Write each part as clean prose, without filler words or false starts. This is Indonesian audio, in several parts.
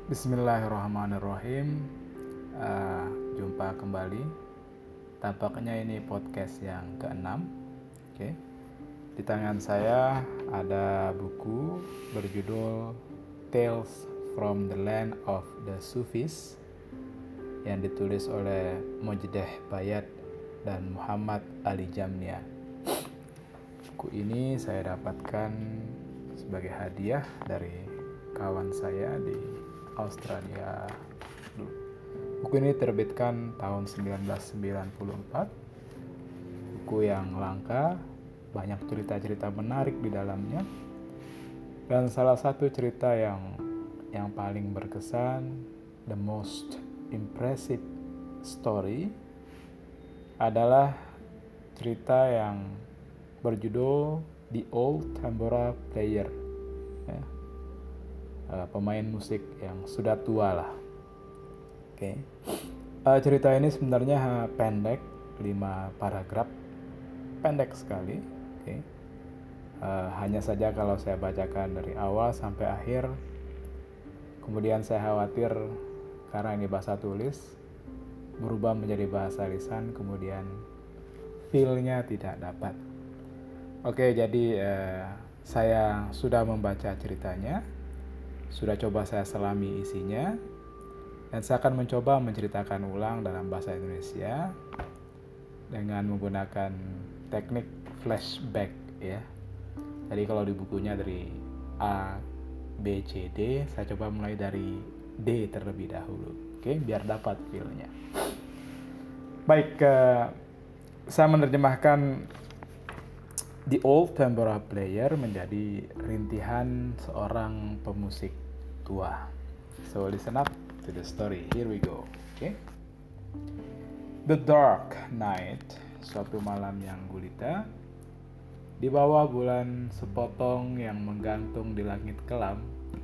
Bismillahirrahmanirrahim. Jumpa kembali. Tampaknya ini podcast yang ke-6. Oke. Di tangan saya ada buku berjudul Tales from the Land of the Sufis yang ditulis oleh Mojdeh Bayat dan Muhammad Ali Jamnia. Buku ini saya dapatkan sebagai hadiah dari kawan saya di Australia. Buku ini terbitkan tahun 1994. Buku yang langka, banyak cerita-cerita menarik di dalamnya. Dan salah satu cerita yang paling berkesan, the most impressive story, adalah cerita yang berjudul The Old Tambora Player. Pemain musik yang sudah tua lah. Oke. Cerita ini sebenarnya pendek, 5 paragraf, pendek sekali. Oke. Hanya saja kalau saya bacakan dari awal sampai akhir, kemudian saya khawatir karena ini bahasa tulis berubah menjadi bahasa lisan, kemudian feel-nya tidak dapat. Oke, jadi saya sudah membaca ceritanya, sudah coba saya selami isinya, dan saya akan mencoba menceritakan ulang dalam bahasa Indonesia dengan menggunakan teknik flashback ya. Jadi kalau di bukunya dari A, B, C, D, saya coba mulai dari D terlebih dahulu. Oke, biar dapat feel-nya. Baik, saya menerjemahkan The Old Tambora Player menjadi rintihan seorang pemusik tua. So listen up to the story. Here we go. Okay. The dark night, suatu malam yang gulita, di bawah bulan sepotong yang menggantung di langit kelam,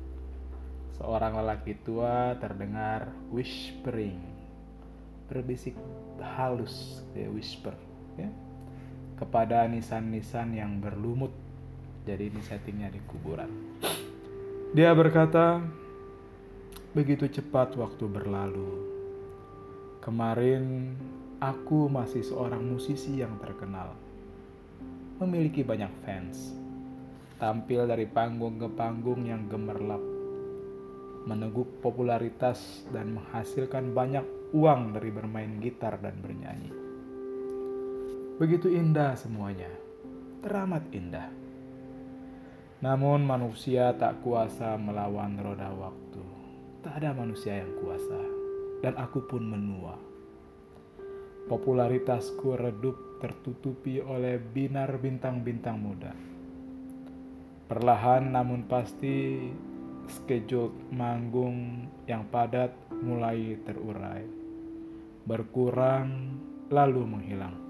seorang lelaki tua terdengar whispering, berbisik halus, whisper, ya, kepada nisan-nisan yang berlumut. Jadi ini settingnya di kuburan. Dia berkata, begitu cepat waktu berlalu. Kemarin aku masih seorang musisi yang terkenal, memiliki banyak fans, tampil dari panggung ke panggung yang gemerlap, meneguk popularitas dan menghasilkan banyak uang dari bermain gitar dan bernyanyi. Begitu indah semuanya, teramat indah. Namun manusia tak kuasa melawan roda waktu. Tak ada manusia yang kuasa, dan aku pun menua. Popularitasku redup tertutupi oleh binar bintang-bintang muda. Perlahan namun pasti, schedule manggung yang padat mulai terurai. Berkurang lalu menghilang.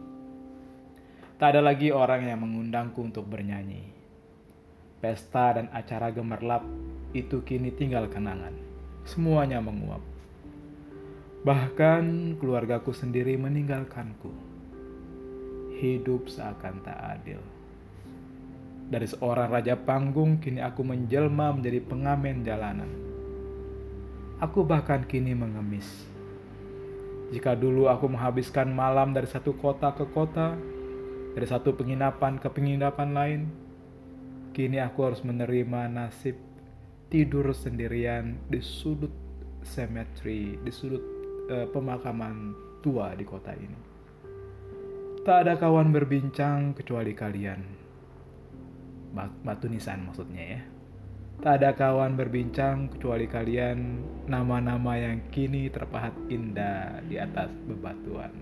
Tak ada lagi orang yang mengundangku untuk bernyanyi. Pesta dan acara gemerlap itu kini tinggal kenangan. Semuanya menguap. Bahkan keluargaku sendiri meninggalkanku. Hidup seakan tak adil. Dari seorang raja panggung, kini aku menjelma menjadi pengamen jalanan. Aku bahkan kini mengemis. Jika dulu aku menghabiskan malam dari satu kota ke kota, dari satu penginapan ke penginapan lain, kini aku harus menerima nasib tidur sendirian di sudut cemetery, di sudut pemakaman tua di kota ini. Tak ada kawan berbincang kecuali kalian. Batu nisan maksudnya ya. Tak ada kawan berbincang kecuali kalian, nama-nama yang kini terpahat indah di atas bebatuan.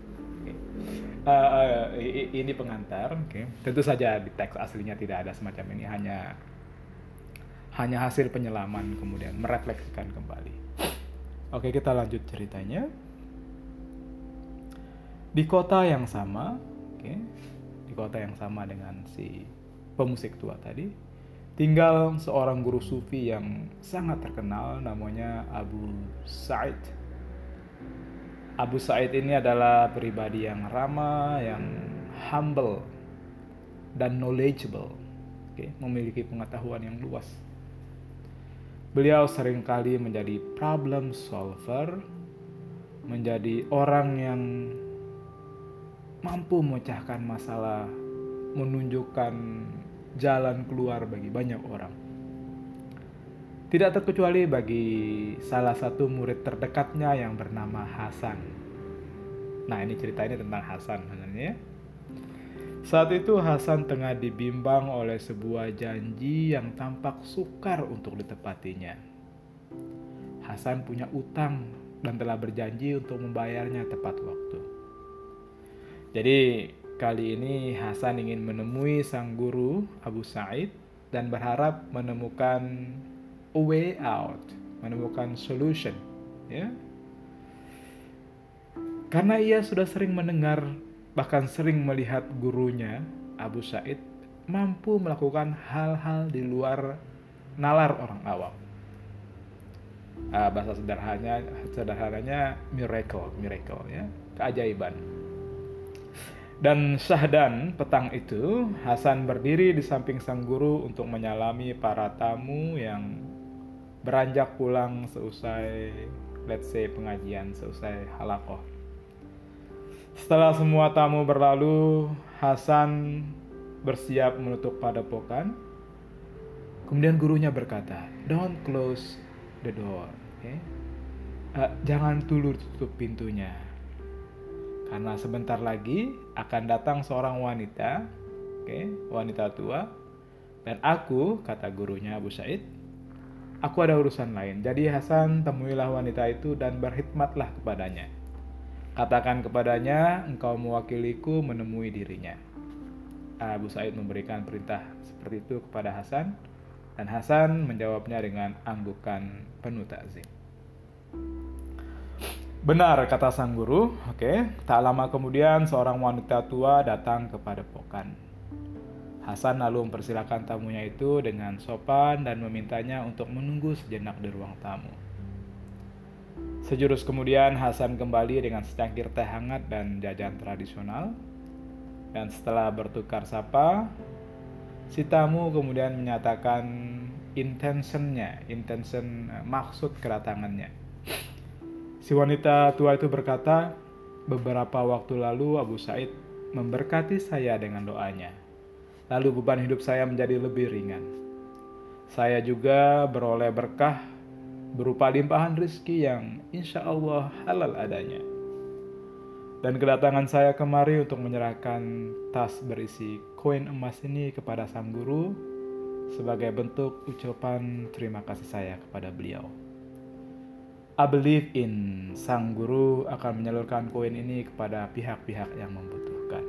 Ini pengantar. Tentu saja di teks aslinya tidak ada semacam ini, hanya hasil penyelaman kemudian merefleksikan kembali. Oke, kita lanjut ceritanya. Di kota yang sama, di kota yang sama dengan si pemusik tua tadi, tinggal seorang guru sufi yang sangat terkenal, namanya Abu Sa'id. Abu Sa'id ini adalah pribadi yang ramah, yang humble, dan knowledgeable, memiliki pengetahuan yang luas. Beliau seringkali menjadi problem solver, menjadi orang yang mampu memecahkan masalah, menunjukkan jalan keluar bagi banyak orang. Tidak terkecuali bagi salah satu murid terdekatnya yang bernama Hasan. Nah, ini cerita ini tentang Hasan sebenarnya. Saat itu Hasan tengah dibimbang oleh sebuah janji yang tampak sukar untuk ditepatinya. Hasan punya utang dan telah berjanji untuk membayarnya tepat waktu. Jadi kali ini Hasan ingin menemui sang guru Abu Sa'id dan berharap menemukan a way out, menemukan solution, ya. Karena ia sudah sering mendengar, bahkan sering melihat gurunya Abu Sa'id mampu melakukan hal-hal di luar nalar orang awam. Bahasa sederhananya miracle ya, keajaiban. Dan syahdan petang itu Hasan berdiri di samping sang guru untuk menyalami para tamu yang beranjak pulang seusai pengajian, seusai halaqah. Setelah semua tamu berlalu, Hasan bersiap menutup padepokan. Kemudian gurunya berkata, "Don't close the door." Okay? Jangan dulu tutup pintunya. Karena sebentar lagi akan datang seorang wanita, wanita tua. Dan aku, kata gurunya Abu Sa'id, aku ada urusan lain. Jadi Hasan temuilah wanita itu dan berkhidmatlah kepadanya. Katakan kepadanya, engkau mewakiliku menemui dirinya. Abu Sa'id memberikan perintah seperti itu kepada Hasan, dan Hasan menjawabnya dengan anggukan penuh takzim. Benar, kata sang guru. Tak lama kemudian seorang wanita tua datang ke padepokan. Hasan lalu mempersilakan tamunya itu dengan sopan dan memintanya untuk menunggu sejenak di ruang tamu. Sejurus kemudian Hasan kembali dengan secangkir teh hangat dan jajan tradisional. Dan setelah bertukar sapa, si tamu kemudian menyatakan maksud kedatangannya. Si wanita tua itu berkata, beberapa waktu lalu Abu Sa'id memberkati saya dengan doanya. Lalu beban hidup saya menjadi lebih ringan. Saya juga beroleh berkah berupa limpahan rezeki yang insya Allah halal adanya. Dan kedatangan saya kemari untuk menyerahkan tas berisi koin emas ini kepada sang guru sebagai bentuk ucapan terima kasih saya kepada beliau. I believe in sang guru akan menyalurkan koin ini kepada pihak-pihak yang membutuhkan.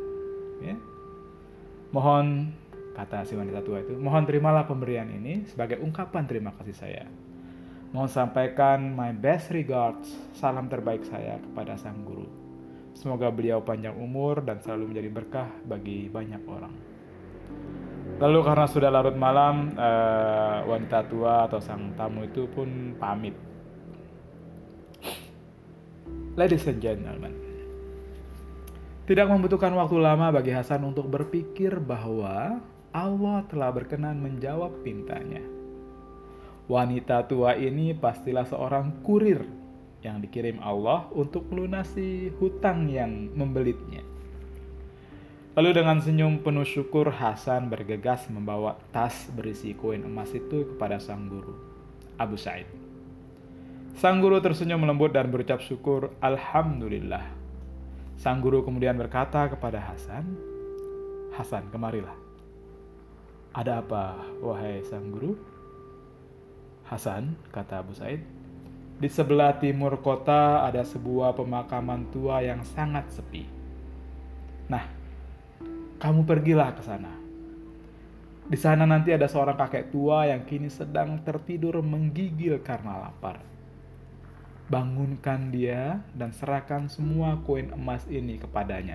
Mohon, kata si wanita tua itu, mohon terimalah pemberian ini sebagai ungkapan terima kasih saya. Mohon sampaikan my best regards, salam terbaik saya kepada sang guru. Semoga beliau panjang umur dan selalu menjadi berkah bagi banyak orang. Lalu karena sudah larut malam, wanita tua atau sang tamu itu pun pamit. Ladies and gentlemen, tidak membutuhkan waktu lama bagi Hasan untuk berpikir bahwa Allah telah berkenan menjawab pintanya. Wanita tua ini pastilah seorang kurir yang dikirim Allah untuk melunasi hutang yang membelitnya. Lalu dengan senyum penuh syukur, Hasan bergegas membawa tas berisi koin emas itu kepada sang guru, Abu Sa'id. Sang guru tersenyum lembut dan berucap syukur, Alhamdulillah. Sang guru kemudian berkata kepada Hasan, Hasan, kemarilah. Ada apa, wahai sang guru? Hasan, kata Abu Sa'id, di sebelah timur kota ada sebuah pemakaman tua yang sangat sepi. Nah, kamu pergilah ke sana. Di sana nanti ada seorang kakek tua yang kini sedang tertidur menggigil karena lapar. Bangunkan dia dan serahkan semua koin emas ini kepadanya.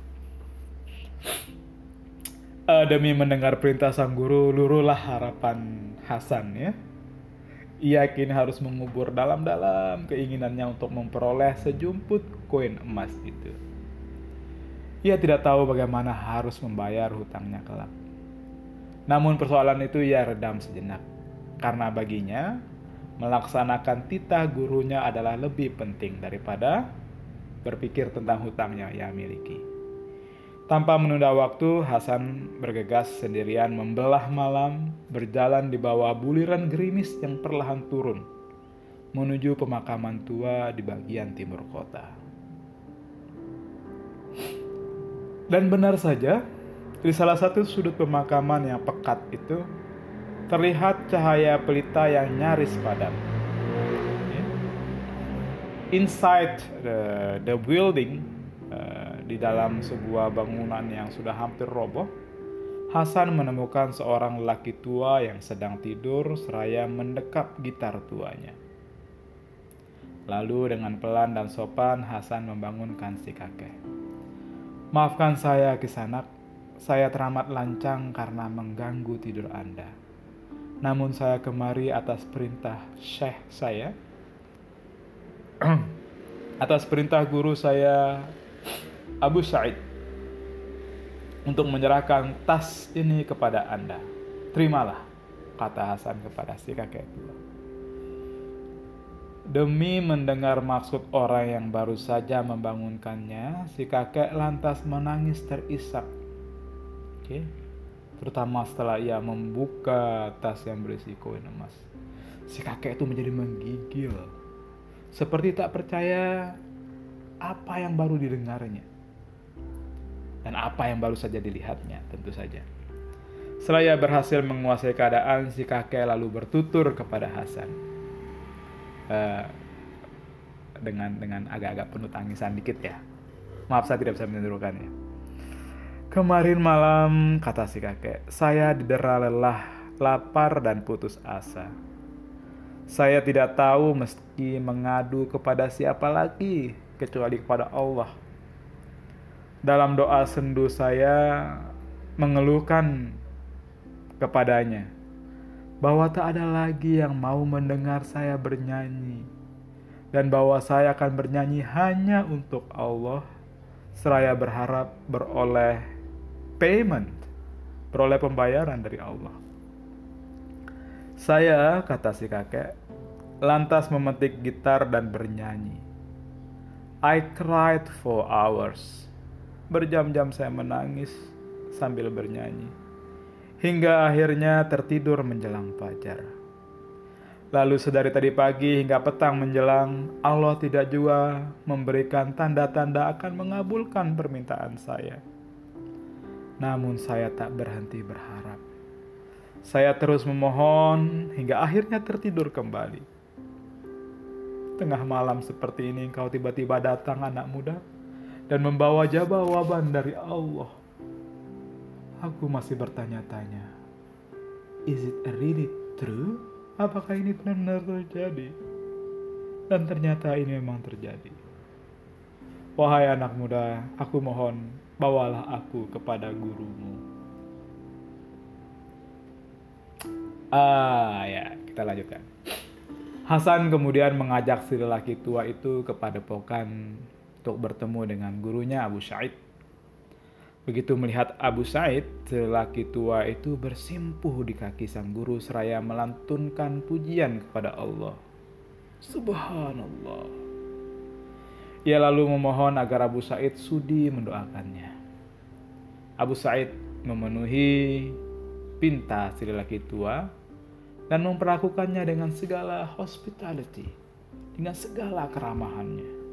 Demi mendengar perintah sang guru, luruhlah harapan Hasan ya. Ia kini harus mengubur dalam-dalam keinginannya untuk memperoleh sejumput koin emas itu. Ia tidak tahu bagaimana harus membayar hutangnya kelak. Namun persoalan itu ia redam sejenak. Karena baginya, Melaksanakan titah gurunya adalah lebih penting daripada berpikir tentang hutangnya yang miliki. Tanpa menunda waktu, Hasan bergegas sendirian membelah malam, berjalan di bawah buliran gerimis yang perlahan turun, menuju pemakaman tua di bagian timur kota. Dan benar saja, di salah satu sudut pemakaman yang pekat itu, terlihat cahaya pelita yang nyaris padam. Inside the building, di dalam sebuah bangunan yang sudah hampir roboh, Hasan menemukan seorang lelaki tua yang sedang tidur seraya mendekap gitar tuanya. Lalu dengan pelan dan sopan, Hasan membangunkan si kakek. "Maafkan saya, Kisanak. Saya teramat lancang karena mengganggu tidur Anda. Namun saya kemari atas perintah Syekh saya, atas perintah guru saya, Abu Sa'id, untuk menyerahkan tas ini kepada Anda. Terimalah," kata Hasan kepada si kakek tua. Demi mendengar maksud orang yang baru saja membangunkannya, si kakek lantas menangis terisak. Terutama setelah ia membuka tas yang berisi koin emas. Si kakek itu menjadi menggigil, seperti tak percaya apa yang baru didengarnya dan apa yang baru saja dilihatnya, tentu saja. Setelah ia berhasil menguasai keadaan, si kakek lalu bertutur kepada Hasan dengan agak-agak penuh tangisan dikit ya. Maaf, saya tidak bisa menirukannya. "Kemarin malam," kata si kakek, "saya didera lelah, lapar dan putus asa. Saya tidak tahu mesti mengadu kepada siapa lagi kecuali kepada Allah. Dalam doa sendu saya mengeluhkan kepadanya bahwa tak ada lagi yang mau mendengar saya bernyanyi, dan bahwa saya akan bernyanyi hanya untuk Allah, seraya berharap beroleh pembayaran dari Allah. Saya," kata si kakek, "lantas memetik gitar dan bernyanyi. I cried for hours. Berjam-jam saya menangis sambil bernyanyi, hingga akhirnya tertidur menjelang fajar. Lalu sedari tadi pagi hingga petang menjelang, Allah tidak juga memberikan tanda-tanda akan mengabulkan permintaan saya. Namun saya tak berhenti berharap. Saya terus memohon hingga akhirnya tertidur kembali. Tengah malam seperti ini engkau tiba-tiba datang, anak muda, dan membawa jawaban dari Allah. Aku masih bertanya-tanya, is it really true? Apakah ini benar-benar terjadi?" Dan ternyata ini memang terjadi. "Wahai anak muda, aku mohon, bawalah aku kepada gurumu." Ya, kita lanjutkan. Hasan kemudian mengajak si lelaki tua itu ke padepokan untuk bertemu dengan gurunya Abu Sa'id. Begitu melihat Abu Sa'id, lelaki tua itu bersimpuh di kaki sang guru seraya melantunkan pujian kepada Allah. Subhanallah. Ia lalu memohon agar Abu Sa'id sudi mendoakannya. Abu Sa'id memenuhi pinta si lelaki tua dan memperlakukannya dengan segala hospitality, dengan segala keramahannya.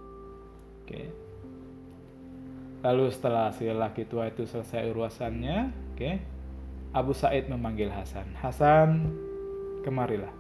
Lalu setelah si lelaki tua itu selesai urusannya, Abu Sa'id memanggil Hasan. "Hasan, kemarilah."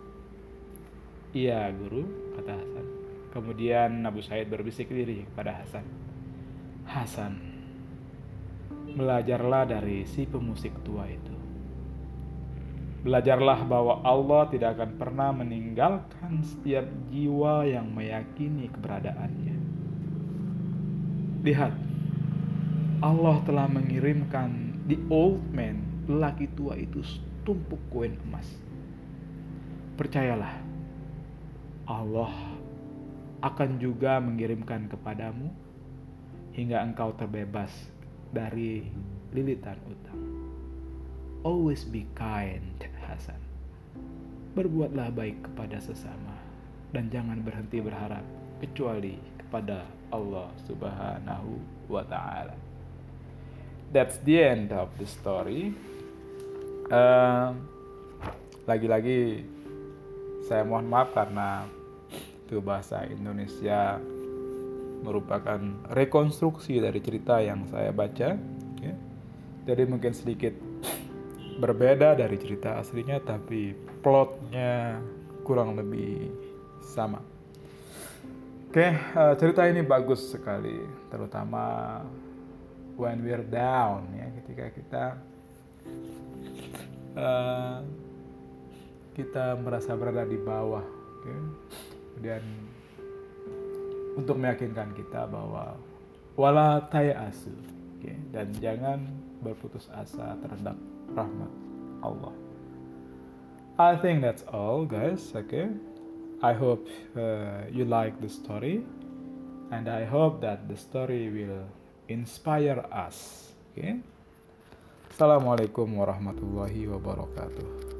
"Iya, guru," kata Hasan. Kemudian Abu Sa'id berbisik diri kepada Hasan. "Hasan, belajarlah dari si pemusik tua itu. Belajarlah bahwa Allah tidak akan pernah meninggalkan setiap jiwa yang meyakini keberadaannya. Lihat, Allah telah mengirimkan the old man, lelaki tua itu, setumpuk koin emas. Percayalah, Allah akan juga mengirimkan kepadamu hingga engkau terbebas dari lilitan utang. Always be kind, Hasan. berbuatlah baik kepada sesama dan jangan berhenti berharap kecuali kepada Allah Subhanahu wa Ta'ala. That's the end of the story. Lagi-lagi saya mohon maaf karena itu bahasa Indonesia merupakan rekonstruksi dari cerita yang saya baca, ya. Jadi mungkin sedikit berbeda dari cerita aslinya, tapi plotnya kurang lebih sama. Cerita ini bagus sekali, terutama when we're down, ya, ketika kita merasa berada di bawah, kemudian untuk meyakinkan kita bahwa wala tayasu, dan jangan berputus asa terhadap rahmat Allah. I think that's all, guys. I hope you like the story, and I hope that the story will inspire us. Assalamualaikum warahmatullahi wabarakatuh.